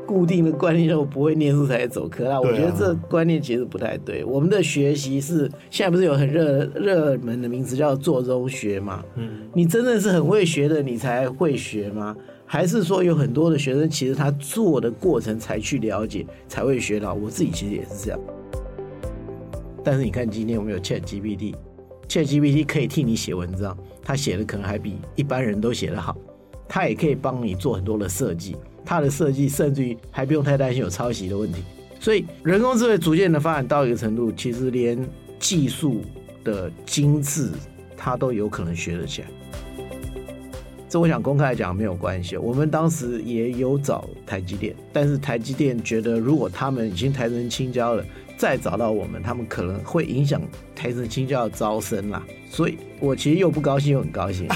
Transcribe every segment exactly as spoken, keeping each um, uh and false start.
固定的观念，我不会念书才走科啦。我觉得这观念其实不太对。我们的学习是现在不是有很热热门的名词叫做中学嘛？嗯，你真的是很会学的，你才会学吗？还是说有很多的学生其实他做的过程才去了解，才会学到？我自己其实也是这样。但是你看今天我们有 Chat G P T。Chat G P T 可以替你写文章，他写的可能还比一般人都写得好，他也可以帮你做很多的设计，他的设计甚至于还不用太担心有抄袭的问题。所以人工智慧逐渐的发展到一个程度，其实连技术的精致它都有可能学得起来。这我想公开来讲没有关系，我们当时也有找台积电，但是台积电觉得如果他们已经台成清交了，再找到我们，他们可能会影响台成清交的招生啦，所以我其实又不高兴又很高兴。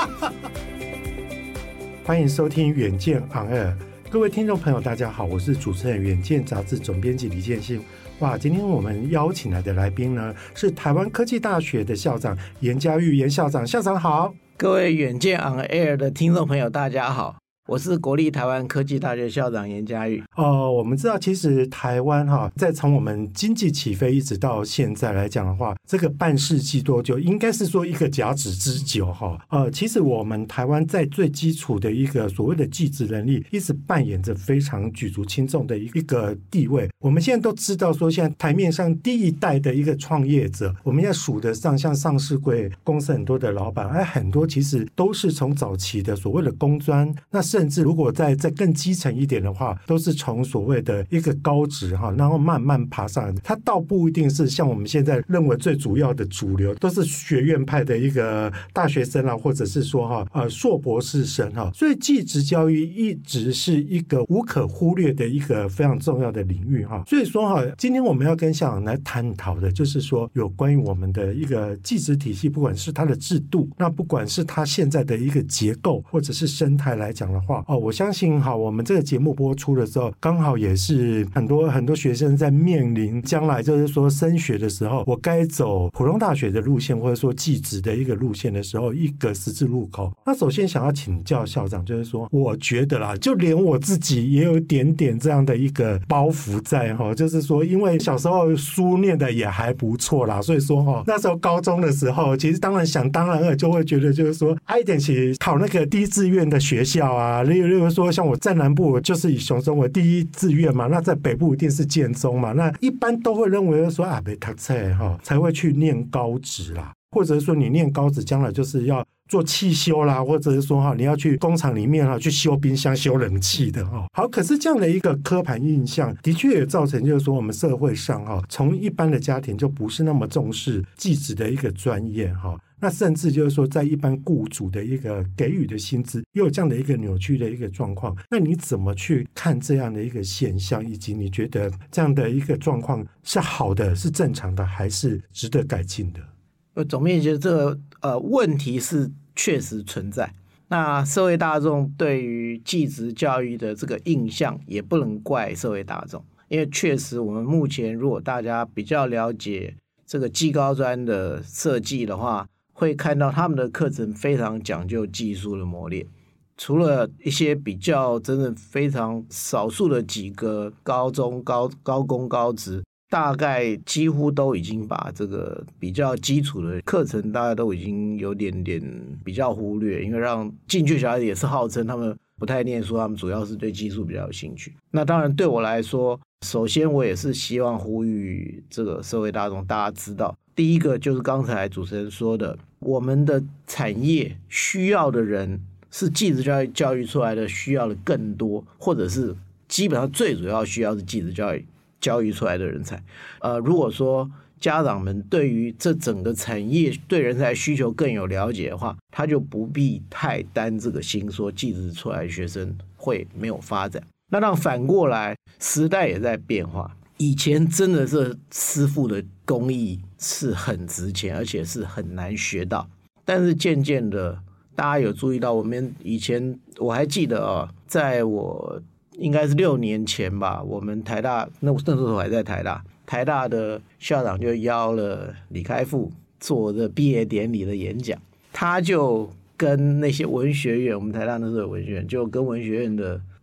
欢迎收听远见 On Air， 各位听众朋友大家好，我是主持人远见杂志总编辑李建信。哇，今天我们邀请来的来宾呢是台湾科技大学的校长严嘉玉，严校长，校长好。 各位远见 On Air 的听众朋友大家好，我是国立台湾科技大学校长严嘉玉。 哦，我们知道其实台湾哈，在从我们经济起飞一直到现在来讲的话，这个半世纪多久，应该是说一个甲子之久哈。呃，其实我们台湾在最基础的一个所谓的技职能力，一直扮演着非常举足轻重的一个地位。我们现在都知道说，现在台面上第一代的一个创业者，我们要数得上像上市柜公司很多的老板，哎，很多其实都是从早期的所谓的工专，那甚至如果再再更基层一点的话，都是从所谓的一个高职哈，然后慢慢爬上来。它倒不一定是像我们现在认为最主要的主流，都是学院派的一个大学生啊，或者是说哈呃硕博士生哈。所以技职教育一直是一个无可忽略的一个非常重要的领域哈。所以说哈，今天我们要跟校长来探讨的就是说，有关于我们的一个技职体系，不管是它的制度，那不管是它现在的一个结构，或者是生态来讲的话，哦，我相信哈，我们这个节目播出的时候，刚好也是很多很多学生在面临将来就是说升学的时候，我该走普通大学的路线，或者说技职的一个路线的时候，一个十字路口。那首先想要请教校长，就是说，我觉得啦，就连我自己也有一点点这样的一个包袱在哈，就是说，因为小时候书念的也还不错啦，所以说哈，那时候高中的时候，其实当然想当然尔就会觉得就是说，哎，点起考那个第一志愿的学校啊，例如说像我在南部就是以雄中为第一志愿嘛，那在北部一定是建中嘛，那一般都会认为说啊，没读册哈才会去念高职啦，或者是说你念高职将来就是要做汽修啦，或者是说哈你要去工厂里面哈去修冰箱、修冷气的哈。好，可是这样的一个刻板印象，的确也造成就是说我们社会上哈，从一般的家庭就不是那么重视技职的一个专业哈。那甚至就是说在一般雇主的一个给予的薪资又有这样的一个扭曲的一个状况，那你怎么去看这样的一个现象，以及你觉得这样的一个状况是好的、是正常的，还是值得改进的？ 我总面觉得这个呃问题是确实存在，那社会大众对于技职教育的这个印象也不能怪社会大众，因为确实我们目前如果大家比较了解这个技高专的设计的话，会看到他们的课程非常讲究技术的磨练，除了一些比较真的非常少数的几个高中高高工高职，大概几乎都已经把这个比较基础的课程大家都已经有点点比较忽略，因为让进去小孩子也是号称他们不太念书，他们主要是对技术比较有兴趣。那当然对我来说，首先我也是希望呼吁这个社会大众大家知道，第一个就是刚才主持人说的，我们的产业需要的人是技职教育教育出来的，需要的更多，或者是基本上最主要需要是技职教育教育出来的人才。呃，如果说家长们对于这整个产业对人才需求更有了解的话，他就不必太担这个心，说技职出来的学生会没有发展。那让反过来，时代也在变化。以前真的是师傅的工艺是很值钱，而且是很难学到。但是渐渐的，大家有注意到，我们以前我还记得啊，在我应该是六年前吧，我们台大那那时候我还在台大，台大的校长就邀了李开复做的毕业典礼的演讲，他就跟那些文学院，我们台大那时候有文学院，就跟文学院的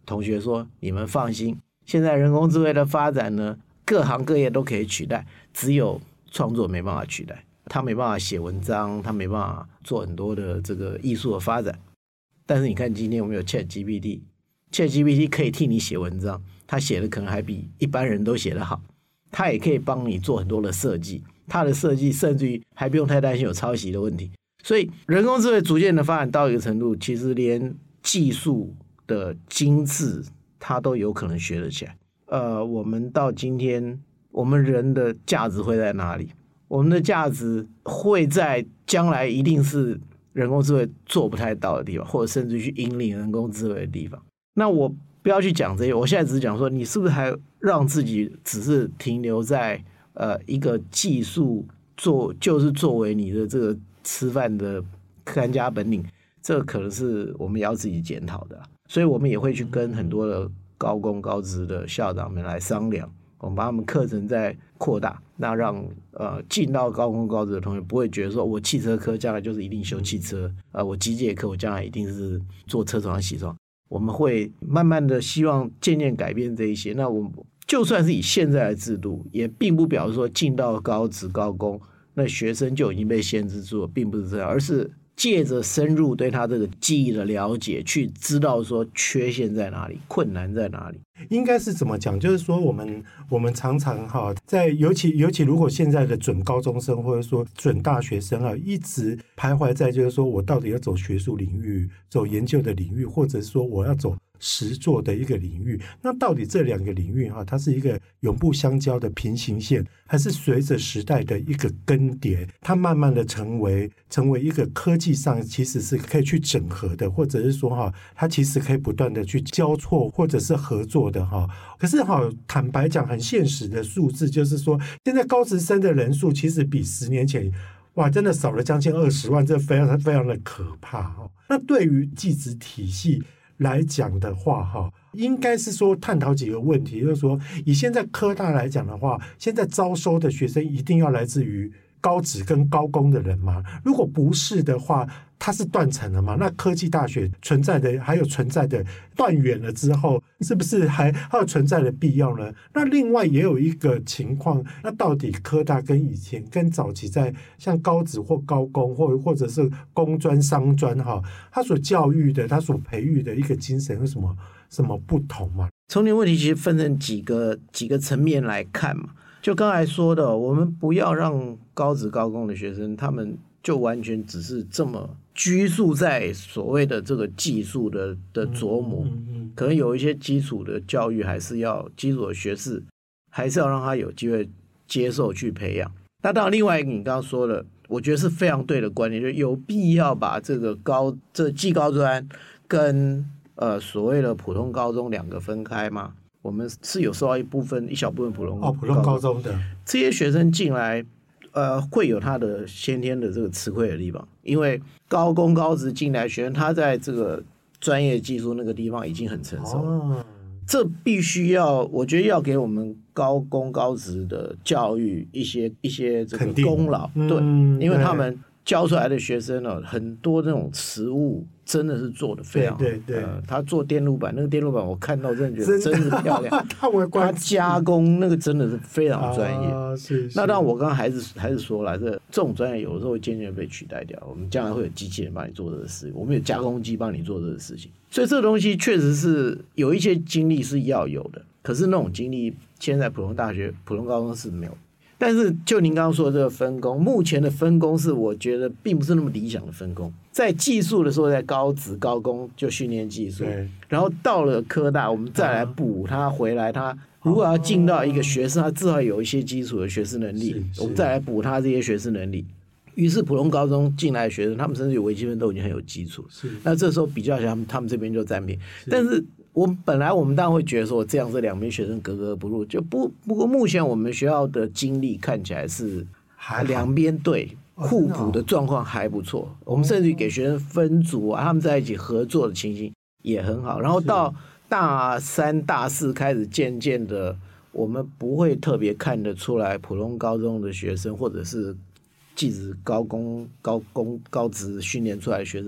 同学说，你们放心，现在人工智慧的发展呢，各行各业都可以取代，只有创作没办法取代。他没办法写文章，他没办法做很多的这个艺术的发展。但是你看今天我们有 ChatGPT，ChatGPT 可以替你写文章，他写的可能还比一般人都写得好，他也可以帮你做很多的设计，他的设计甚至于还不用太担心有抄袭的问题。所以人工智慧逐渐的发展到一个程度，其实连技术的精致它都有可能学得起来。呃，我们到今天，我们人的价值会在哪里？我们的价值会在将来一定是人工智慧做不太到的地方，或者甚至去引领人工智慧的地方。那我不要去讲这些，我现在只是讲说，你是不是还让自己只是停留在呃一个技术做，就是作为你的这个吃饭的看家本领，这可能是我们也要自己检讨的。所以我们也会去跟很多的高工高职的校长们来商量，我们把他们课程再扩大，那让呃进到高工高职的同学不会觉得说我汽车科将来就是一定修汽车，呃我机械科我将来一定是做车床铣床。我们会慢慢的希望渐渐改变这一些。那我们就算是以现在的制度，也并不表示说进到高职高工那学生就已经被限制住了，并不是这样，而是借着深入对他这个记忆的了解，去知道说缺陷在哪里，困难在哪里。 应该是怎么讲？就是说，我们我们常常哈，在尤其尤其如果现在的准高中生或者说准大学生啊，一直徘徊在就是说我到底要走学术领域、走研究的领域，或者是说我要走实作的一个领域，那到底这两个领域哈，它是一个永不相交的平行线，还是随着时代的一个更迭，它慢慢的成为成为一个科技上其实是可以去整合的，或者是说哈，它其实可以不断的去交错或者是合作的哈。可是哈，坦白讲，很现实的数字就是说，现在高职生的人数其实比十年前哇，真的少了将近二十万，这非常非常的可怕哈。那对于技职体系来讲的话哈，应该是说探讨几个问题，就是说以现在科大来讲的话，现在招收的学生一定要来自于高职跟高工的人吗？如果不是的话，它是断层了吗？那科技大学存在的还有存在的断远了之后，是不是还还有存在的必要呢？那另外也有一个情况，那到底科大跟以前跟早期在像高职或高工或或者是工专商专哈，它所教育的它所培育的一个精神有什么什么不同吗？ 从你的问题其实分成几个几个层面来看嘛。就刚才说的，我们不要让高职高工的学生他们就完全只是这么拘束在所谓的这个技术的的琢磨，嗯嗯嗯，可能有一些基础的教育还是要基础的学识还是要让他有机会接受去培养。那当然另外一个你刚刚说的我觉得是非常对的观点，就是有必要把这个高这技高专跟呃所谓的普通高中两个分开吗？我们是有收到一部分一小部分普通哦普通高中的这些学生进来，呃，会有他的先天的这个吃亏的地方，因为高工高职进来学生，他在这个专业技术那个地方已经很成熟了，哦，这必须要，我觉得要给我们高工高职的教育一些一些这个功劳，对，嗯，因为他们教出来的学生呢，很多那种实务真的是做的非常好， 对对对， 呃，他做电路板，那个电路板我看到真的觉得真是漂亮， 他加工那个真的是非常专业。 啊，是是， 那当然我刚刚还是还是说了，这这种专业有的时候会渐渐被取代掉，我们将来会有机器人帮你做这个事，我们有加工机帮你做这个事情，所以这个东西确实是有一些经历是要有的，可是那种经历现在普通大学普通高中是没有。但是就您刚刚说的这个分工，目前的分工是我觉得并不是那么理想的分工。在技术的时候，在高职高工就训练技术，然后到了科大，我们再来补他回来。他如果要进到一个学士，他至少有一些基础的学士能力，我们再来补他这些学士能力。于是普通高中进来的学生，他们甚至有微积分都已经很有基础。那这时候比较起来，他们这边就占便宜。但是我们本来我们当然会觉得说这样这两边学生格格不入，就不不过目前我们学校的经历看起来是两边对互补的状况还不错，哦，我们甚至于给学生分组啊，他们在一起合作的情形也很好。然后到大三大四开始渐渐的，我们不会特别看得出来普通高中的学生或者是技职高工高工高职训练出来的学生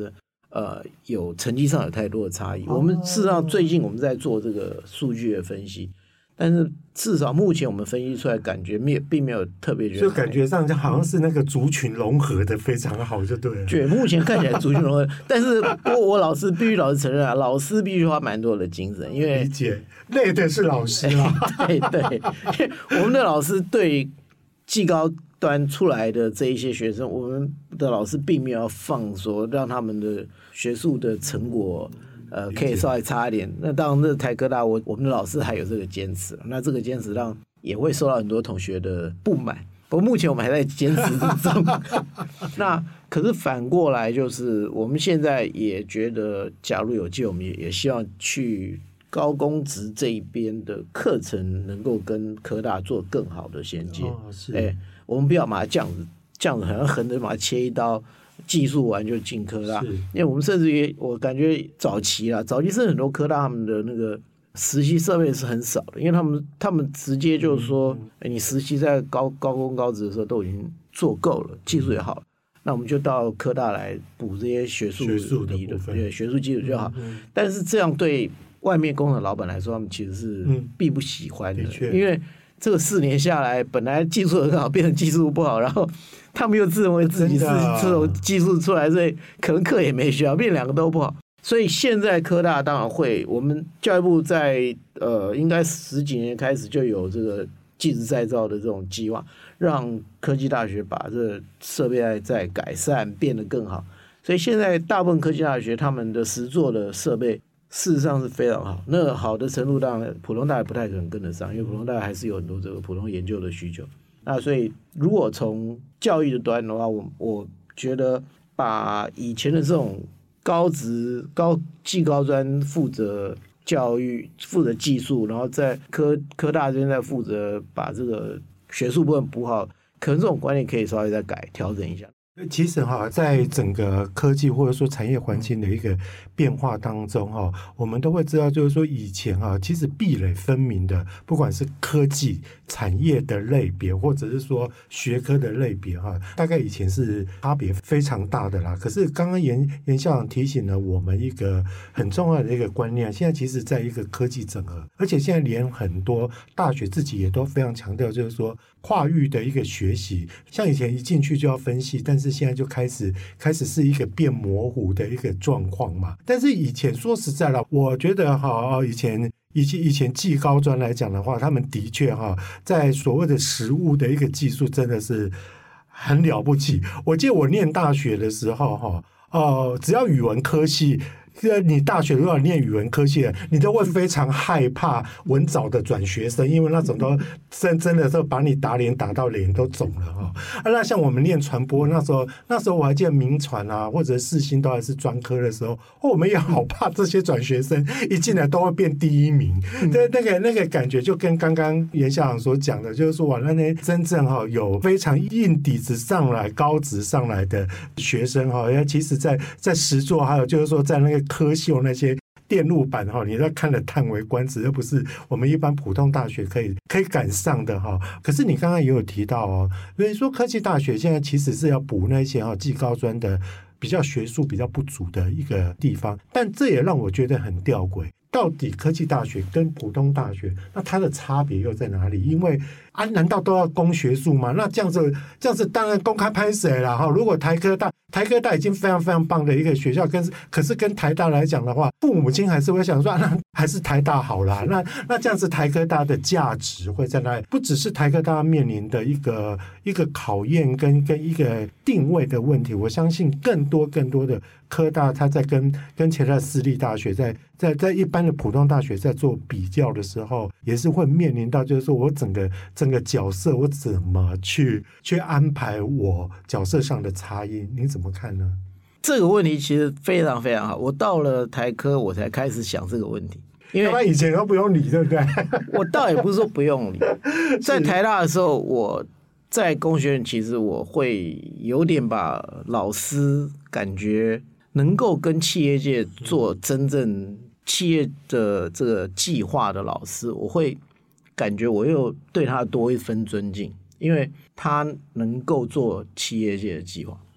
呃有成绩上有太多的差异。我们事实上最近我们在做这个数据的分析，但是至少目前我们分析出来，感觉没有并没有特别觉得， 就感觉上就好像是那个族群融合的非常好，就对了。 对，目前看起来族群融合，但是我我老师必须老师承认啊，老师必须花蛮多的精神，因为理解累的是老师啦。 对对，我们的老师对技高端出来的这一些学生，我们的老师并没有放说让他们的学术的成果。呃，可以稍微差一点。那当然，这台科大我我们的老师还有这个坚持，那这个坚持让也会受到很多同学的不满。不过目前我们还在坚持之中。那可是反过来，就是我们现在也觉得，假如有机会，我们也也希望去高工职这一边的课程能够跟科大做更好的衔接。 哦，是。 哎，我们不要把它这样子，这样子好像横着把它切一刀。技术完就进科大，因为我们甚至于我感觉早期啦，早期是很多科大他们的那个实习设备是很少的，因为他们他们直接就是说，嗯嗯你实习在高高工高职的时候都已经做够了，技术也好了，那我们就到科大来补这些学术理论，对学术基础就好。嗯嗯但是这样对外面工厂老板来说，他们其实是并不喜欢的，嗯、因为这个四年下来，本来技术很好，变成技术不好，然后。他们又自认为自己是这种技术出来，所以可能课也没学好，变两个都不好。所以现在科大当然会，我们教育部在呃应该十几年开始就有这个技职再造的这种计划，让科技大学把这个设备再改善，变得更好。所以现在大部分科技大学他们的实作的设备事实上是非常好，那好的程度当然普通大学不太可能跟得上，因为普通大学还是有很多这个普通研究的需求。那所以，如果从教育的端的话，我我觉得把以前的这种高职、高技高专负责教育、负责技术，然后在科科大这边再负责把这个学术部分补好，可能这种观念可以稍微再改调整一下。 其实哈，在整个科技或者说产业环境的一个变化当中哈，我们都会知道，就是说以前哈，其实壁垒分明的，不管是科技产业的类别，或者是说学科的类别哈，大概以前是差别非常大的啦。可是刚刚严严校长提醒了我们一个很重要的一个观念，现在其实在一个科技整合，而且现在连很多大学自己也都非常强调，就是说跨域的一个学习，像以前一进去就要分析，但是现在就开始开始是一个变模糊的一个状况嘛。但是以前说实在了，我觉得哈，以前以前以前技高专来讲的话，他们的确哈，在所谓的实务的一个技术真的是很了不起。我记得我念大学的时候哈，呃，只要语文科系。你大学如果念语文科系的，你都会非常害怕文藻的转学生，因为那种都真真的是把你打脸打到脸都肿了哈、啊。那像我们念传播那时候，那时候我还记得民传啊，或者世新都还是专科的时候，哦、我们也好怕这些转学生一进来都会变第一名。对、嗯，那个那个感觉就跟刚刚严校长所讲的，就是说哇，那那真正哈有非常硬底子上来、高职上来的学生哈，其实在在实作还有就是说在那个科秀那些电路板哈，你都看得叹为观止，而不是我们一般普通大学可以可以赶上的哈。可是你刚刚也有提到哦，所以说科技大学现在其实是要补那些哈技高专的比较学术比较不足的一个地方，但这也让我觉得很吊诡。到底科技大学跟普通大学，那它的差别又在哪里？因为啊，难道都要攻学术吗？那这样子，这样子当然公开拍谁啦哈？如果台科大，台科大已经非常非常棒的一个学校，跟可是跟台大来讲的话，父母亲还是会想说，啊、那还是台大好啦。那那这样子，台科大的价值会在哪里？不只是台科大面临的一个一个考验跟跟一个定位的问题，我相信更多更多的科大，它在跟跟其他的私立大学在在在一般的普通大学在做比较的时候，也是会面临到，就是说我整个整个角色，我怎么去去安排我角色上的差异？你怎么看呢？ 这个问题其实非常非常好。我到了台科，我才开始想这个问题，因为以前都不用理，对不对？ 我倒也不是说不用理，在台大的时候，我在工学院，其实我会有点把老师感觉能够跟企业界做真正企业的这个计划的老师，我会感觉我又对他多一分尊敬，因为他能够做企业界的计划。嗯，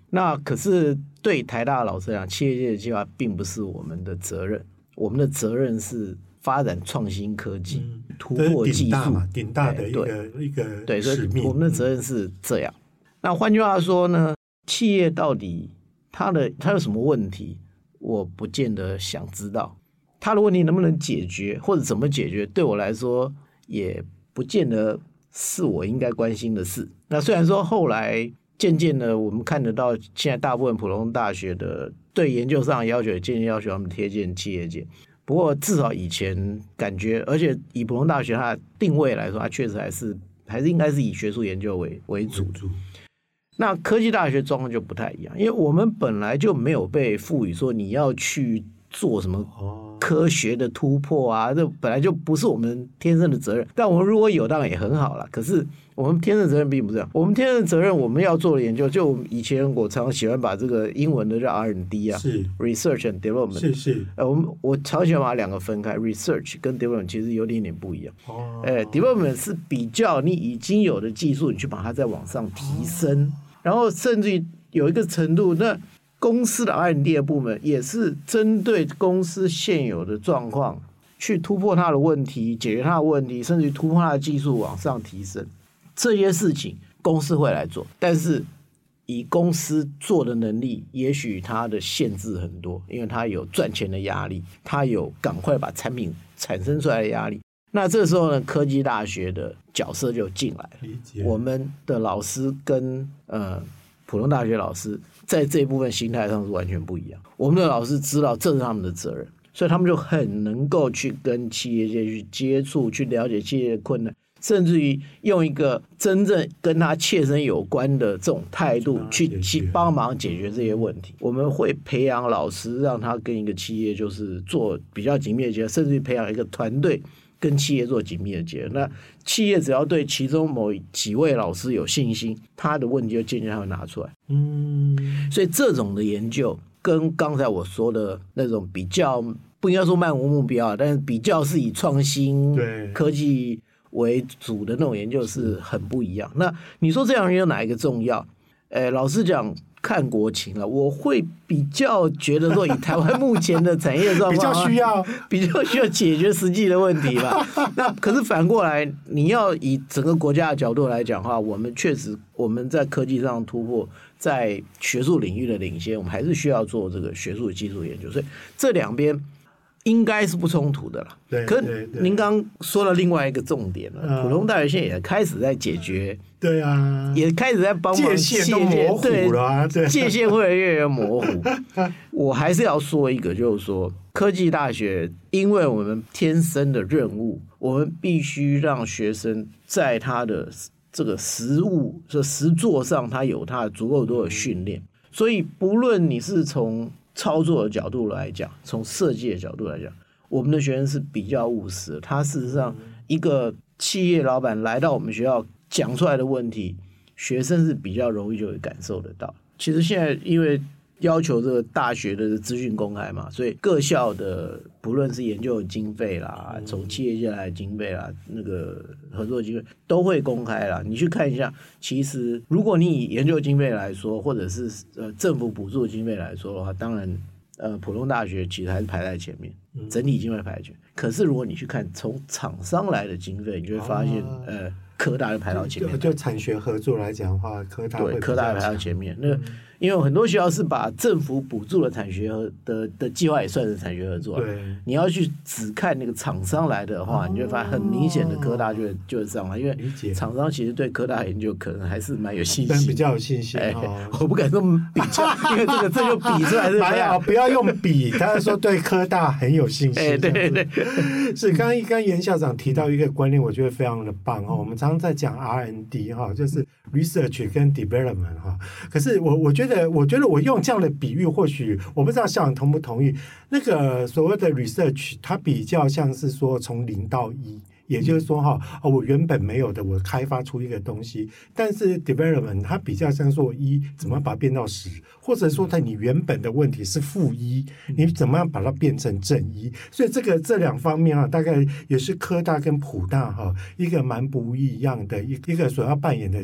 那可是对台大的老师来讲，企业界的计划并不是我们的责任，我们的责任是发展创新科技、嗯、突破技术嘛， 顶大的一个一个对，所使命。 以我们的责任是这样。嗯、那换句话说呢，企业到底它的它有什么问题，我不见得想知道。它的问题能不能解决，或者怎么解决，对我来说也不见得是我应该关心的事。那虽然说后来渐渐的我们看得到，现在大部分普通大学的对研究上的要求也渐渐要求他们贴近企业界，不过至少以前感觉，而且以普通大学它的定位来说，它确实还是还是应该是以学术研究为为主的。那科技大学状况就不太一样，因为我们本来就没有被赋予说你要去做什么科学的突破啊，这本来就不是我们天生的责任。但我们如果有，当然也很好了。可是我们天生的责任并不是这样。我们天生的责任，我们要做的研究，就以前我常常喜欢把这个英文的叫 R and D 啊， 是 Research and Development， 是是。 呃，我们我常喜欢把两个分开 ，Research 跟 Development 其实有点点不一样。哦，呃 ，Development 是比较你已经有的技术，你去把它再往上提升。哦，然后甚至于有一个程度，那公司的 R and D 的部门也是针对公司现有的状况去突破它的问题，解决它的问题，甚至于突破它的技术往上提升。这些事情公司会来做，但是以公司做的能力，也许它的限制很多，因为它有赚钱的压力，它有赶快把产品产生出来的压力。那这时候呢，科技大学的角色就进来了。我们的老师跟呃普通大学老师在这一部分心态上是完全不一样。我们的老师知道这是他们的责任，所以他们就很能够去跟企业界去接触，去了解企业的困难，甚至于用一个真正跟他切身有关的这种态度去去帮忙解决这些问题。我们会培养老师，让他跟一个企业就是做比较紧密的结合，甚至于培养一个团队跟企业做紧密的结合。那企业只要对其中某几位老师有信心，他的问题就渐渐会拿出来。嗯，所以这种的研究跟刚才我说的那种比较，不应该说漫无目标，但是比较是以创新科技为主的那种研究是很不一样。那你说这样研究哪一个重要？呃，老实讲，看国情了。我会比较觉得说，以台湾目前的产业状况， 比较需要， 比较需要解决实际的问题吧。那可是反过来，你要以整个国家的角度来讲的话，我们确实我们在科技上突破，在学术领域的领先，我们还是需要做这个学术技术研究。所以这两边应该是不冲突的啦。 对， 可是您刚说了另外一个重点了，嗯、普通大学现在也开始在解决。 对啊， 也开始在帮忙， 界限都模糊了、啊， 对，界限会越来越模糊。我还是要说一个，就是说，科技大学，因为我们天生的任务，我们必须让学生在他的这个实务、这实作上，他有他足够多的训练。所以，不论你是从操作的角度来讲，从设计的角度来讲，我们的学生是比较务实的。他事实上，一个企业老板来到我们学校讲出来的问题，学生是比较容易就会感受得到。其实现在因为要求这个大学的资讯公开嘛，所以各校的不论是研究的经费啦，从企业界来的经费啦，那个合作经费都会公开啦。你去看一下，其实如果你以研究经费来说，或者是呃政府补助的经费来说的话，当然呃普通大学其实还是排在前面，整体经费排在前面。可是如果你去看从厂商来的经费，你就会发现、啊、呃。科大就排到前面， 就, 就产学合作来讲的话，科大会对科大排到前面。那因为很多学校是把政府补助的产学合的的计划也算是产学合作。 对， 你要去只看那个厂商来的话，哦、你就会发现很明显的科大就就是上来，因为厂商其实对科大研究可能还是蛮有信心， 比较有信心。哎哦、我不敢说比较，因为这个这就比出来是没有，不要用比，他是说对科大很有信心。 哎，对对对， 是刚刚刚严校长提到一个观念，我觉得非常的棒哦。我们常常在讲 R and D 哈，就是 research 跟 development 哈。可是我我觉得，我觉得我用这样的比喻，或许我不知道校长同不同意。那个所谓的 research， 它比较像是说从零到一。也就是说哈，哦，我原本没有的，我开发出一个东西。但是 development 它比较像说我一怎么把它变到十，或者说它你原本的问题是负一，你怎么样把它变成正一？所以这个这两方面啊，大概也是科大跟普大哈一个蛮不一样的一一个所要扮演的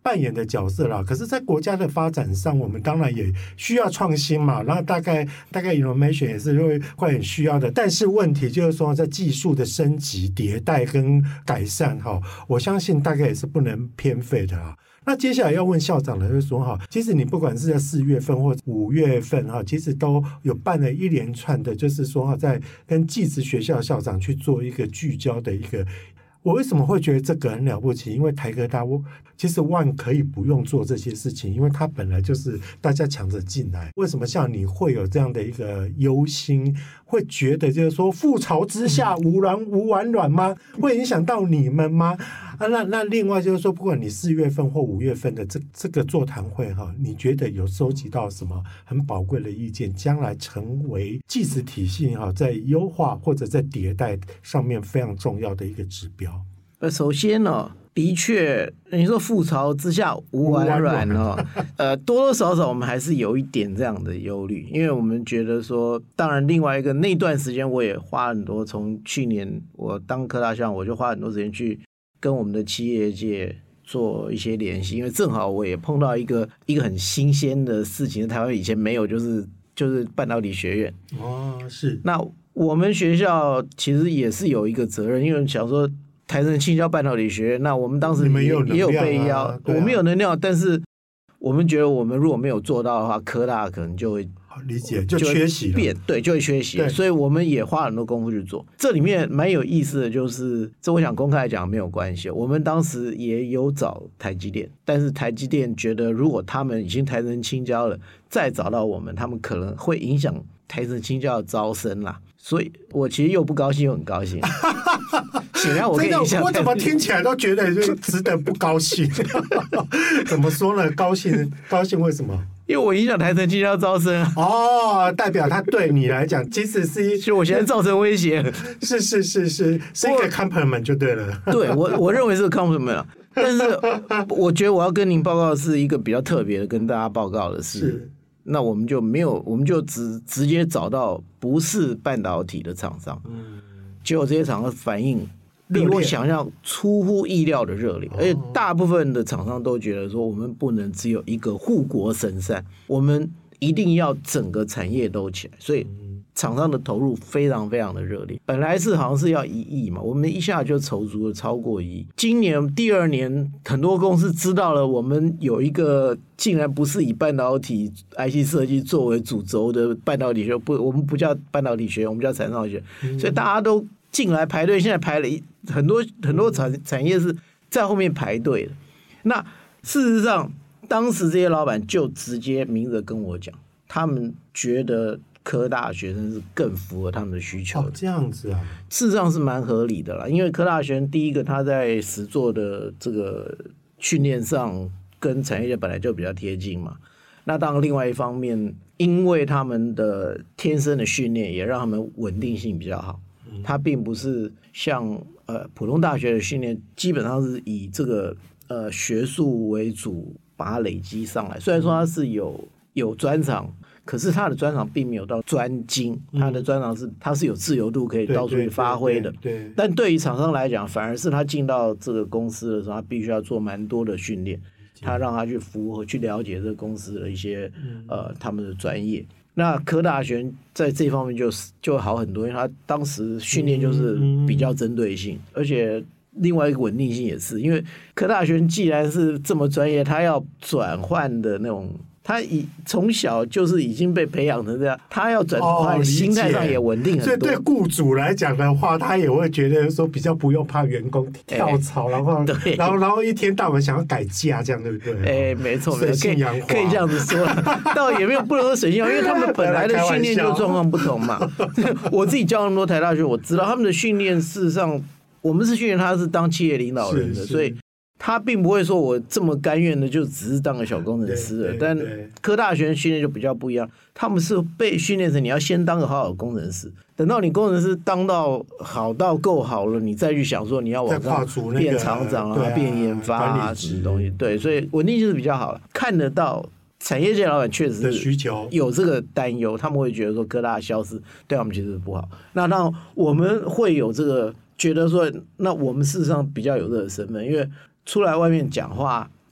扮演的角色啦。可是，在国家的发展上，我们当然也需要创新嘛。然后大概大概 innovation 也是会会很需要的。但是问题就是说，在技术的升级、迭代跟改善哈，我相信大概也是不能偏废的啊。那接下来要问校长的就是说哈，其实你不管是在四月份或五月份哈，其实都有办了一连串的，就是说哈，在跟技职学校校长去做一个聚焦的一个。我为什么会觉得这个很了不起？因为台科大，我其实万可以不用做这些事情，因为它本来就是大家抢着进来。为什么像你会有这样的一个忧心，会觉得就是说覆巢之下无卵无完卵吗？会影响到你们吗？啊，那那另外就是说，不管你四月份或五月份的这这个座谈会哈，你觉得有收集到什么很宝贵的意见，将来成为技职体系哈在优化或者在迭代上面非常重要的一个指标？ 呃，首先呢、哦，的确，你说覆巢之下无完卵哦，呃，多多少少我们还是有一点这样的忧虑，因为我们觉得说，当然另外一个那段时间我也花很多，从去年我当科大校长，我就花很多时间去跟我们的企业界做一些联系，因为正好我也碰到一个一个很新鲜的事情，台湾以前没有，就是就是半导体学院哦，是那我们学校其实也是有一个责任，因为想说。台城清交半导体学院，那我们当时 也, 有、啊、 也有被邀， 啊、 我们有能量，但是我们觉得我们如果没有做到的话，科大可能就会理解就缺席了， 对，就会缺席，所以我们也花很多功夫去做。这里面蛮有意思的就是，这我想公开讲没有关系。我们当时也有找台积电，但是台积电觉得如果他们已经台城清交了，再找到我们，他们可能会影响台城清交的招生啦。所以我其实又不高兴又很高兴。显然我可以影响， 我怎么听起来都觉得就值得不高兴。怎么说呢？高兴高兴为什么？ 因为我影响台城清交招生哦，代表他对你来讲其实是一， 就我现在造成威胁。 是是是是是一个 compliment 就对了。 对我我认为是 compliment， 但是我觉得我要跟您报告的是一个比较特别的，跟大家报告的是。是那我们就没有，我们就直直接找到不是半导体的厂商，嗯，结果这些厂商反应比我想象出乎意料的热烈，而且大部分的厂商都觉得说，我们不能只有一个护国神山，我们一定要整个产业都起来，所以厂商的投入非常非常的热烈。本来是好像是要一亿嘛，我们一下就筹足了超过一亿。今年第二年，很多公司知道了我们有一个竟然不是以半导体 I C 设计作为主轴的半导体学，不，我们不叫半导体学，我们叫产商学，嗯、所以大家都进来排队。现在排了一很多很多产产业是在后面排队的。那事实上，当时这些老板就直接明着跟我讲，他们觉得。科大学生是更符合他们的需求的。 哦，这样子啊， 事实上是蛮合理的啦。因为科大学生第一个他在实作的这个训练上跟产业界本来就比较贴近嘛。那当然另外一方面，因为他们的天生的训练也让他们稳定性比较好。嗯、他并不是像呃普通大学的训练，基本上是以这个呃学术为主，把它累积上来。虽然说它是有有专长。可是他的专长并没有到专精，他的专长是他是有自由度可以到处去发挥的。 对对对对对， 但对于厂商来讲，反而是他进到这个公司的时候，他必须要做蛮多的训练，他让他去符合、去了解这个公司的一些、嗯、呃他们的专业。那科大学在这方面就就好很多，因为他当时训练就是比较针对性，嗯、而且另外一个稳定性也是，因为科大学既然是这么专业，他要转换的那种。他以从小就是已经被培养成这样，他要转换、哦、心态上也稳定很多。 所以对雇主来讲的话，他也会觉得说比较不用怕员工跳槽，欸、然后然后然后一天到晚想要改嫁，这样对不对？ 哎、欸，没错，没错，可以可以这样子说，倒也没有不能说水性杨花，因为他们本来的训练就状况不同嘛。我自己教那么多台大学，我知道他们的训练事实上，我们是训练他是当企业领导人的，所以。他并不会说我这么甘愿的就只是当个小工程师了，但科大学生训练就比较不一样，他们是被训练成你要先当个好好的工程师，等到你工程师当到好到够好了，你再去想说你要往上变厂长啊、变研发啊什么东西，对，所以稳定性是比较好的，看得到。产业界老板确实是有这个担忧，他们会觉得说科大消失对他们其实不好。那那我们会有这个觉得说，那我们事实上比较有这个身份，因为出来外面讲话，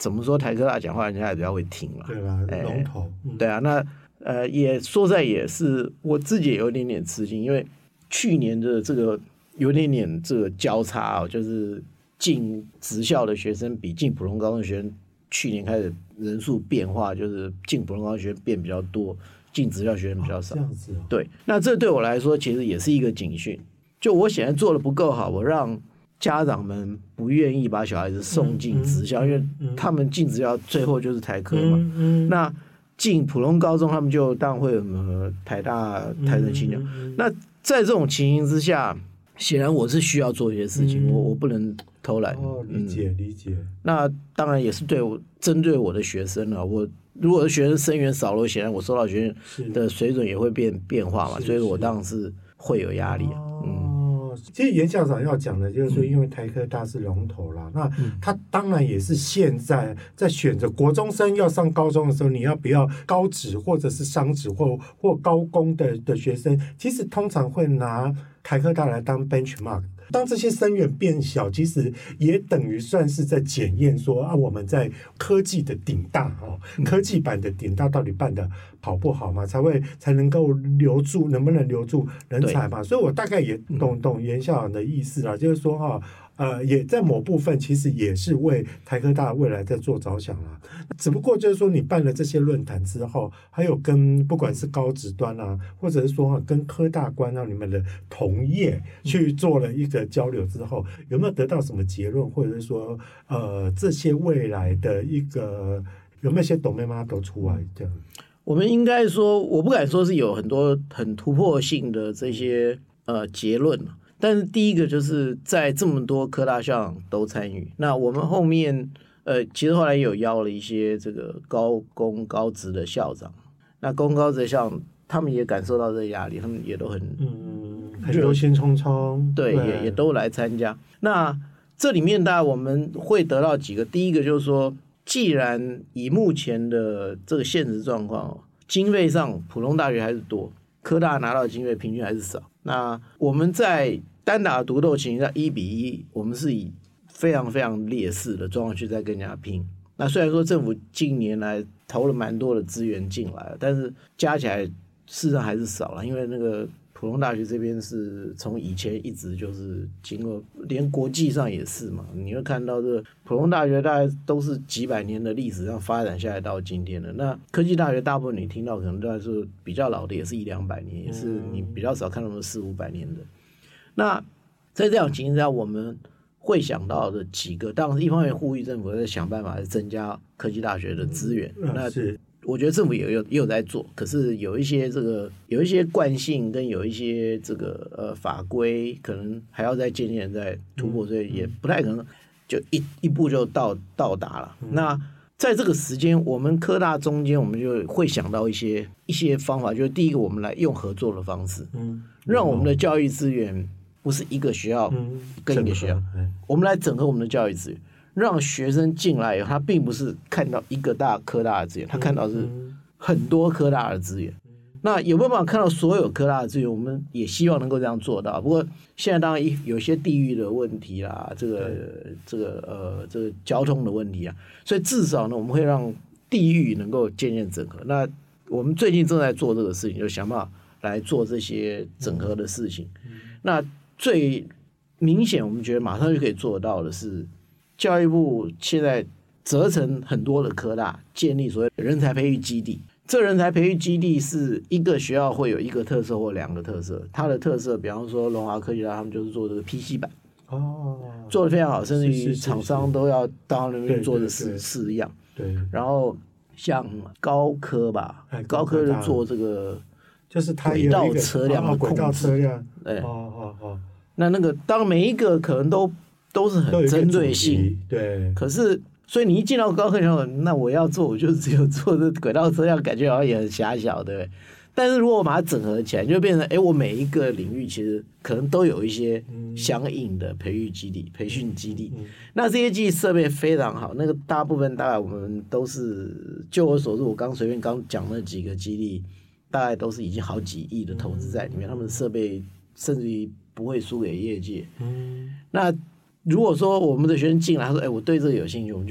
怎么说台科大讲话，人家也比较会听了， 对吧？龙头， 嗯、对啊，那呃也说在也是我自己也有一点点吃惊，因为去年的这个有点点这个交叉哦，就是进职校的学生比进普通高中的学生，去年开始人数变化，就是进普通高中学生变比较多，进职校学生比较少。 哦、这样子、哦。 对，那这对我来说其实也是一个警讯，就我显然做的不够好，我让家长们不愿意把小孩子送进职校，嗯嗯、因为他们进职校最后就是台科嘛。嗯嗯、那进普通高中，他们就当然会有什么台大、台城、清交。嗯嗯、那在这种情形之下，显然我是需要做一些事情，嗯、我我不能偷懒。 哦，理解、嗯、理解。 那当然也是对我针对我的学生了。我如果学生生源少了，显然我收到学生的水准也会变变化嘛，所以我当然是会有压力啊。哦、嗯。 其实严校长要讲的就是说，因为台科大是龙头啦，那他当然也是现在在选择国中生要上高中的时候，你要不要高职或者是商职或或高工的的学生，其实通常会拿台科大来当 benchmark。当这些生源变小，其实也等于算是在检验说啊，我们在科技的顶大哦，科技版的顶大到底办得好不好嘛，才会才能够留住，能不能留住人才嘛？所以我大概也懂懂严校长的意思啦，就是说哈、哦。呃，也在某部分其实也是为台科大未来在做着想啦。只不过就是说，你办了这些论坛之后，还有跟不管是高职端啊，或者是说跟科大官啊，你们的同业去做了一个交流之后，有没有得到什么结论，或者是说，呃，这些未来的一个有没有一些懂妹妈都出来这样？ 我们应该说，我不敢说是有很多很突破性的这些呃结论。但是第一个就是在这么多科大校长都参与，那我们后面呃，其实后来也有邀了一些这个高工高职的校长，那高工高职的校长他们也感受到这个压力，他们也都很嗯很忧心忡忡， 对，对也也都来参加。那这里面当然我们会得到几个，第一个就是说，既然以目前的这个现实状况，经费上普通大学还是多，科大拿到的经费平均还是少，那我们在单打独斗情况下一比一，我们是以非常非常劣势的状况去在跟人家拼。那虽然说政府近年来投了蛮多的资源进来，但是加起来事实上还是少了，因为那个普通大学这边是从以前一直就是经过，连国际上也是嘛，你会看到这个普通大学大概都是几百年的历史上发展下来到今天的。那科技大学大部分你听到可能都是比较老的，也是一两百年，也是你比较少看到那么四五百年的。那在这样情况下，我们会想到的几个，当然是一方面呼吁政府在想办法增加科技大学的资源。 嗯、 那是我觉得政府也有也有在做，可是有一些这个有一些惯性跟有一些这个呃法规，可能还要再渐渐在突破，所以也不太可能就一一步就到到达了。嗯、那在这个时间，我们科大中间，我们就会想到一些一些方法，就是第一个，我们来用合作的方式，嗯，让我们的教育资源不是一个学校跟一个学校，嗯、我们来整合我们的教育资源，让学生进来以后，他并不是看到一个大科大的资源，他看到是很多科大的资源。那有没有办法看到所有科大的资源？我们也希望能够这样做到。不过现在当然有些地域的问题啦，这个这个呃这个交通的问题啊，所以至少呢，我们会让地域能够渐渐整合。那我们最近正在做这个事情，就想办法来做这些整合的事情。嗯、那最明显，我们觉得马上就可以做到的是，教育部现在责成很多的科大建立所谓人才培育基地。这人才培育基地是一个学校会有一个特色或两个特色，它的特色，比方说龙华科技大，他们就是做这个 P C 版，哦，做得非常好，甚至于厂商都要到那边做的试试样。 对， 然后像高科吧，哎、高科就做这个， 就是它轨道车辆的控制， 轨道车辆， 对， 哦哦哦， 那那个当每一个可能都都是很针对性， 对， 可是。所以你一进到高科技，那我要做，我就只有做这轨道车辆，感觉好像也很狭小，对不对？但是如果我把它整合起来，就变成，哎，我每一个领域其实可能都有一些相应的培育基地、培训基地。嗯、那这些基地设备非常好，那个大部分大概我们都是，就我所知，我刚随便刚讲那几个基地，大概都是已经好几亿的投资在里面，嗯、他们的设备甚至于不会输给业界。嗯，那。如果说我们的学生进来，他说：“哎，我对这个有兴趣，我们就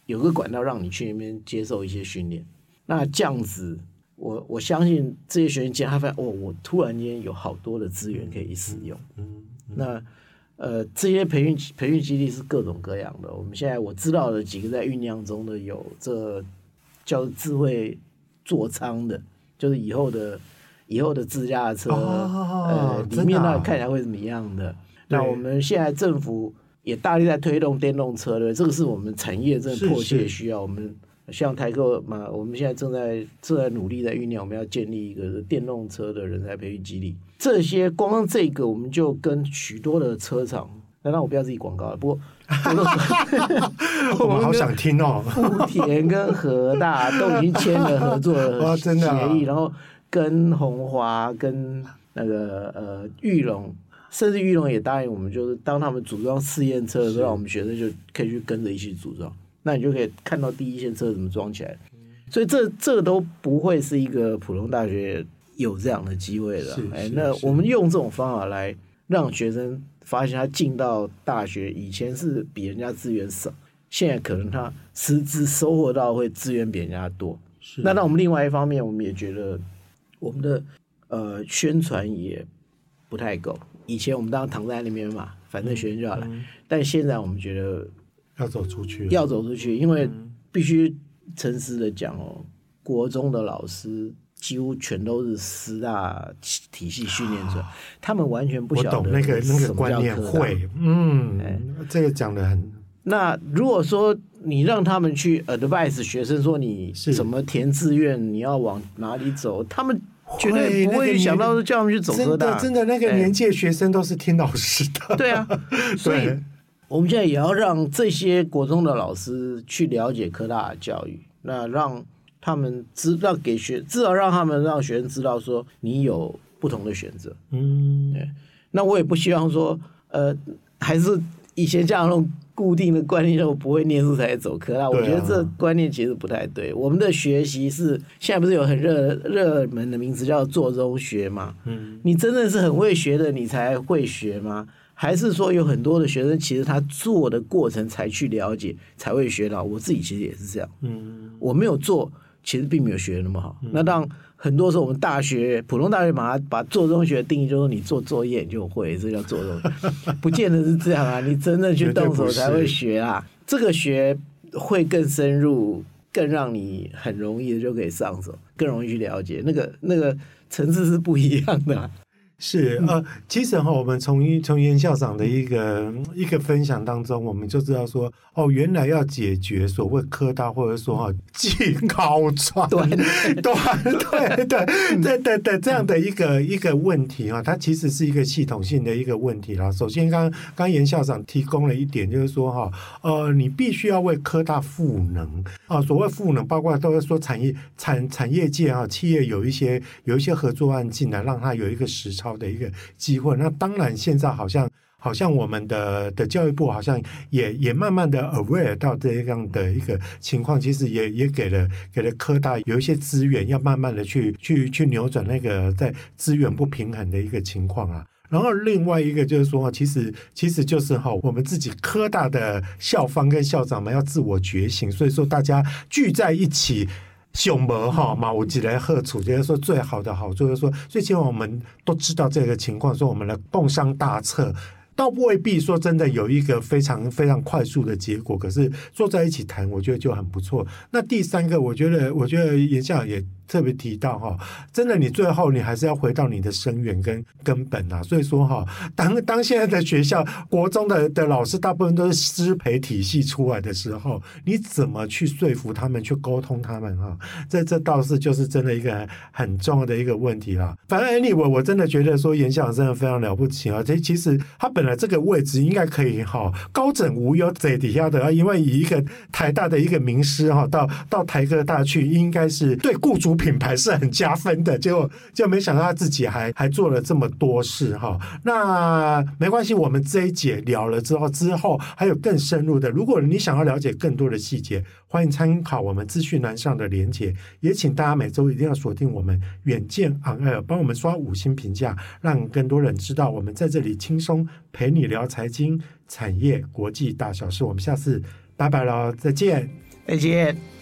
有个管道让你去那边接受一些训练。那这样子，我我相信这些学员进来，他发现哦，我突然间有好多的资源可以使用。嗯，嗯那呃，这些培训培训基地是各种各样的。我们现在我知道的几个在酝酿中的有这叫智慧座舱的，就是以后的以后的自驾车，哦、呃，里面那看起来会怎么样的？那我们现在政府也大力在推动电动车，对，这个是我们产业真的迫切需要。我们像台科嘛，我们现在正在正在努力在酝酿，我们要建立一个电动车的人才培育基地。这些光这个，我们就跟许多的车厂，那我不要自己广告了。不过， 我们好想听哦。 富田跟和大都已经签了合作的协议，啊、然后跟鸿华、跟那个呃裕隆。甚至裕隆也答应我们，就是当他们组装试验车的时候，让我们学生就可以去跟着一起组装，那你就可以看到第一线车怎么装起来。所以这这都不会是一个普通大学有这样的机会的。哎，那我们用这种方法来让学生发现，他进到大学以前是比人家资源少，现在可能他实质收获到会资源比人家多。那那我们另外一方面，我们也觉得我们的呃宣传也不太够。以前我们当然躺在那边嘛，反正学生就要来。嗯、但现在我们觉得要走出去， 要走出去，因为必须诚实的讲哦，国中的老师几乎全都是师大体系训练出来，啊、他们完全不晓得我懂那个那个观念会，嗯，哎、这个讲得很。 那如果说你让他们去 advise 学生说你怎么填志愿，你要往哪里走，他们绝对不会想到叫他们去走科大。 真的，真的那个年纪的学生都是听老师的。 对啊，所以我们现在也要让这些国中的老师去了解科大的教育，那让他们知道给学，至少让他们让学生知道说你有不同的选择。嗯，对。那我也不希望说，呃，还是以前这样那种固定的观念，就不会念书才走科大。我觉得这观念其实不太对。我们的学习是现在不是有很热热门的名词叫做中学嘛？嗯，你真的是很会学的，你才会学吗？还是说有很多的学生其实他做的过程才去了解，才会学到？我自己其实也是这样。嗯，我没有做，其实并没有学得那么好。嗯、那当很多时候我们大学普通大学把它把做中学的定义就是你做作业你就会，这叫做中学，不见得是这样啊！你真正去动手才会学啊。这个学会更深入，更让你很容易的就可以上手，更容易去了解，那个那个层次是不一样的、啊。 是呃，其实哈，我们从从严校长的一个一个分享当中，我们就知道说，哦，原来要解决所谓科大或者说哈技高专对对对对对对这样的一个一个问题哈，它其实是一个系统性的一个问题啦。首先，刚刚严校长提供了一点，就是说哈，呃，你必须要为科大赋能啊。所谓赋能，包括都是说产业产产业界啊，企业有一些有一些合作案进来，让它有一个实操的一个机会。那当然现在好像好像我们的的教育部好像也也慢慢的 aware 到这样的一个情况，其实也也给了给了科大有一些资源，要慢慢的去去去扭转那个在资源不平衡的一个情况啊。然后另外一个就是说，其实其实就是哈，我们自己科大的校方跟校长们要自我觉醒，所以说大家聚在一起。熊模哈嘛，我记得贺楚就是说最好的好处就是说，最起码我们都知道这个情况，说我们来共商大策，倒未必说真的有一个非常非常快速的结果，可是坐在一起谈，我觉得就很不错。那第三个，我觉得我觉得严校长也特别提到哈，真的你最后你还是要回到你的生源跟根本啊。所以说哈，当当现在的学校国中的的老师大部分都是师培体系出来的时候，你怎么去说服他们，去沟通他们哈？这这倒是就是真的一个很重要的一个问题啦。反正 anyway， 我真的觉得说严校长真的非常了不起啊！这其实他本来这个位置应该可以哈高枕无忧在底下的，因为以一个台大的一个名师哈到到台科大去，应该是对雇主品牌是很加分的，结果就没想到他自己还还做了这么多事哈。那没关系，我们这一节聊了之后，之后还有更深入的。如果你想要了解更多的细节，欢迎参考我们资讯栏上的连结。也请大家每周一定要锁定我们远见 on air， 帮我们刷五星评价，让更多人知道我们在这里轻松陪你聊财经、产业、国际大小事。我们下次拜拜喽，再见。 再见。